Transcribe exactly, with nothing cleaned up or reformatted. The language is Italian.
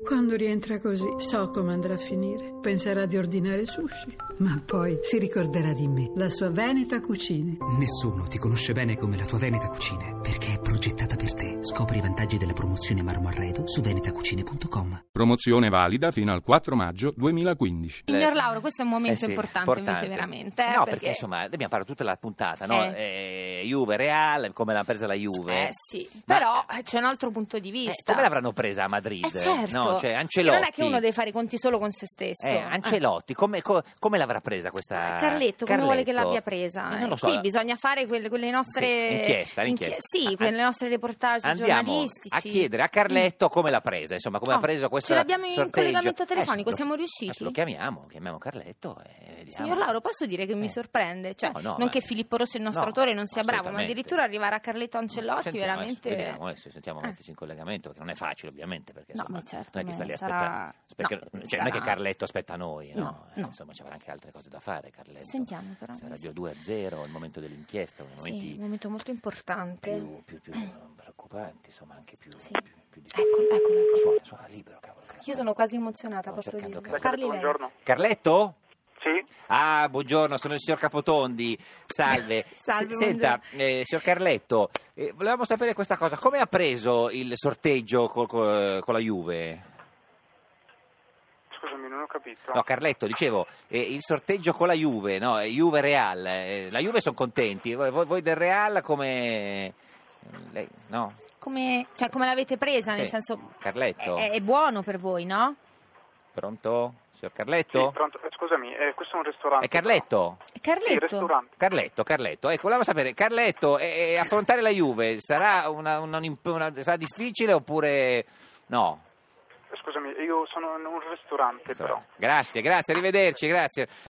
Quando rientra così, so come andrà a finire. Penserà di ordinare sushi, ma poi si ricorderà di me, la sua Veneta Cucine. Nessuno ti conosce bene come la tua Veneta Cucine, perché è progettata per te. Scopri i vantaggi della promozione Marmo Arredo su venetacucine punto com. Promozione valida fino al quattro maggio duemilaquindici. Signor Lauro, questo è un momento Eh sì, importante, importante. invece veramente. eh, No, perché, insomma, abbiamo parlato tutta la puntata, no? Eh, Juve, Real, come l'ha presa la Juve. Eh sì, Ma- però eh, c'è un altro punto di Eh, vista. come l'avranno presa a Madrid? Eh certo, No, cioè, che Ancelotti. non è che uno deve fare i conti solo con se stesso. Eh, Ancelotti, come, co- come l'avrà presa questa... Carletto, come vuole che l'abbia presa? Eh, non lo so. Qui bisogna fare quelle, quelle nostre... Sì, inchiesta, l'inchiesta. Inchie- sì, quelle nostre reportage Andiamo giornalistici. a chiedere a Carletto come l'ha presa, insomma, come Oh, ha preso questo ce l'abbiamo in sorteggio. collegamento telefonico, Eh, siamo lo- riusciti? Lo chiamiamo, chiamiamo Carletto e vediamo. Signor Lauro, posso dire che mi Eh. sorprende? Cioè, No, no, non ma- che Filippo Rossi, il nostro no, autore, non sia bravo, ma assolutamente. addirittura arrivare a Carletto Ancelotti, Sentiamo, veramente... adesso vediamo, adesso sentiamo Eh. metterci in collegamento, perché non è facile ovviamente, perché No, insomma, ma certo, non è che sta ma lì a sarà- aspettare, perché- no, cioè, non è che sarà- Carletto aspetta noi, no? No, Eh, no. insomma c'avrà anche altre cose da fare Carletto. Sentiamo però. Sarà Radio due a zero, il momento dell'inchiesta, uno dei Sì, momenti un momento molto importante. più, più, più preoccupanti, insomma anche più, Sì. più, più difficili. Eccolo, eccolo, eccolo. Suona, suona libero, cavolo. Io sono quasi emozionata, Stavo posso cercando dirlo. Carletto. Parli lei. Buongiorno. Carletto? Sì? Ah, buongiorno, sono il signor Capotondi. Salve. Salve, S- Senta, eh, signor Carletto, eh, volevamo sapere questa cosa. Come ha preso il sorteggio col- col- con la Juve? Scusami, non ho capito. No, Carletto, dicevo, eh, il sorteggio con la Juve, no? Juve Real. eh, la Juve sono contenti. Voi, voi- voi del Real come... Lei, no? Come, cioè, come l'avete presa? Nel Sì. senso, Carletto? è, è buono per voi, no? Pronto? Signor Sì, Carletto? pronto. Eh, scusami, eh, questo è un ristorante. È Carletto? È Sì, Carletto? ristorante. Carletto, Carletto, ecco, volevamo sapere, Carletto, eh, eh, affrontare la Juve sarà, una, una- una- sarà difficile oppure no? Scusami, io sono in un ristorante, però. Grazie, grazie, arrivederci, grazie.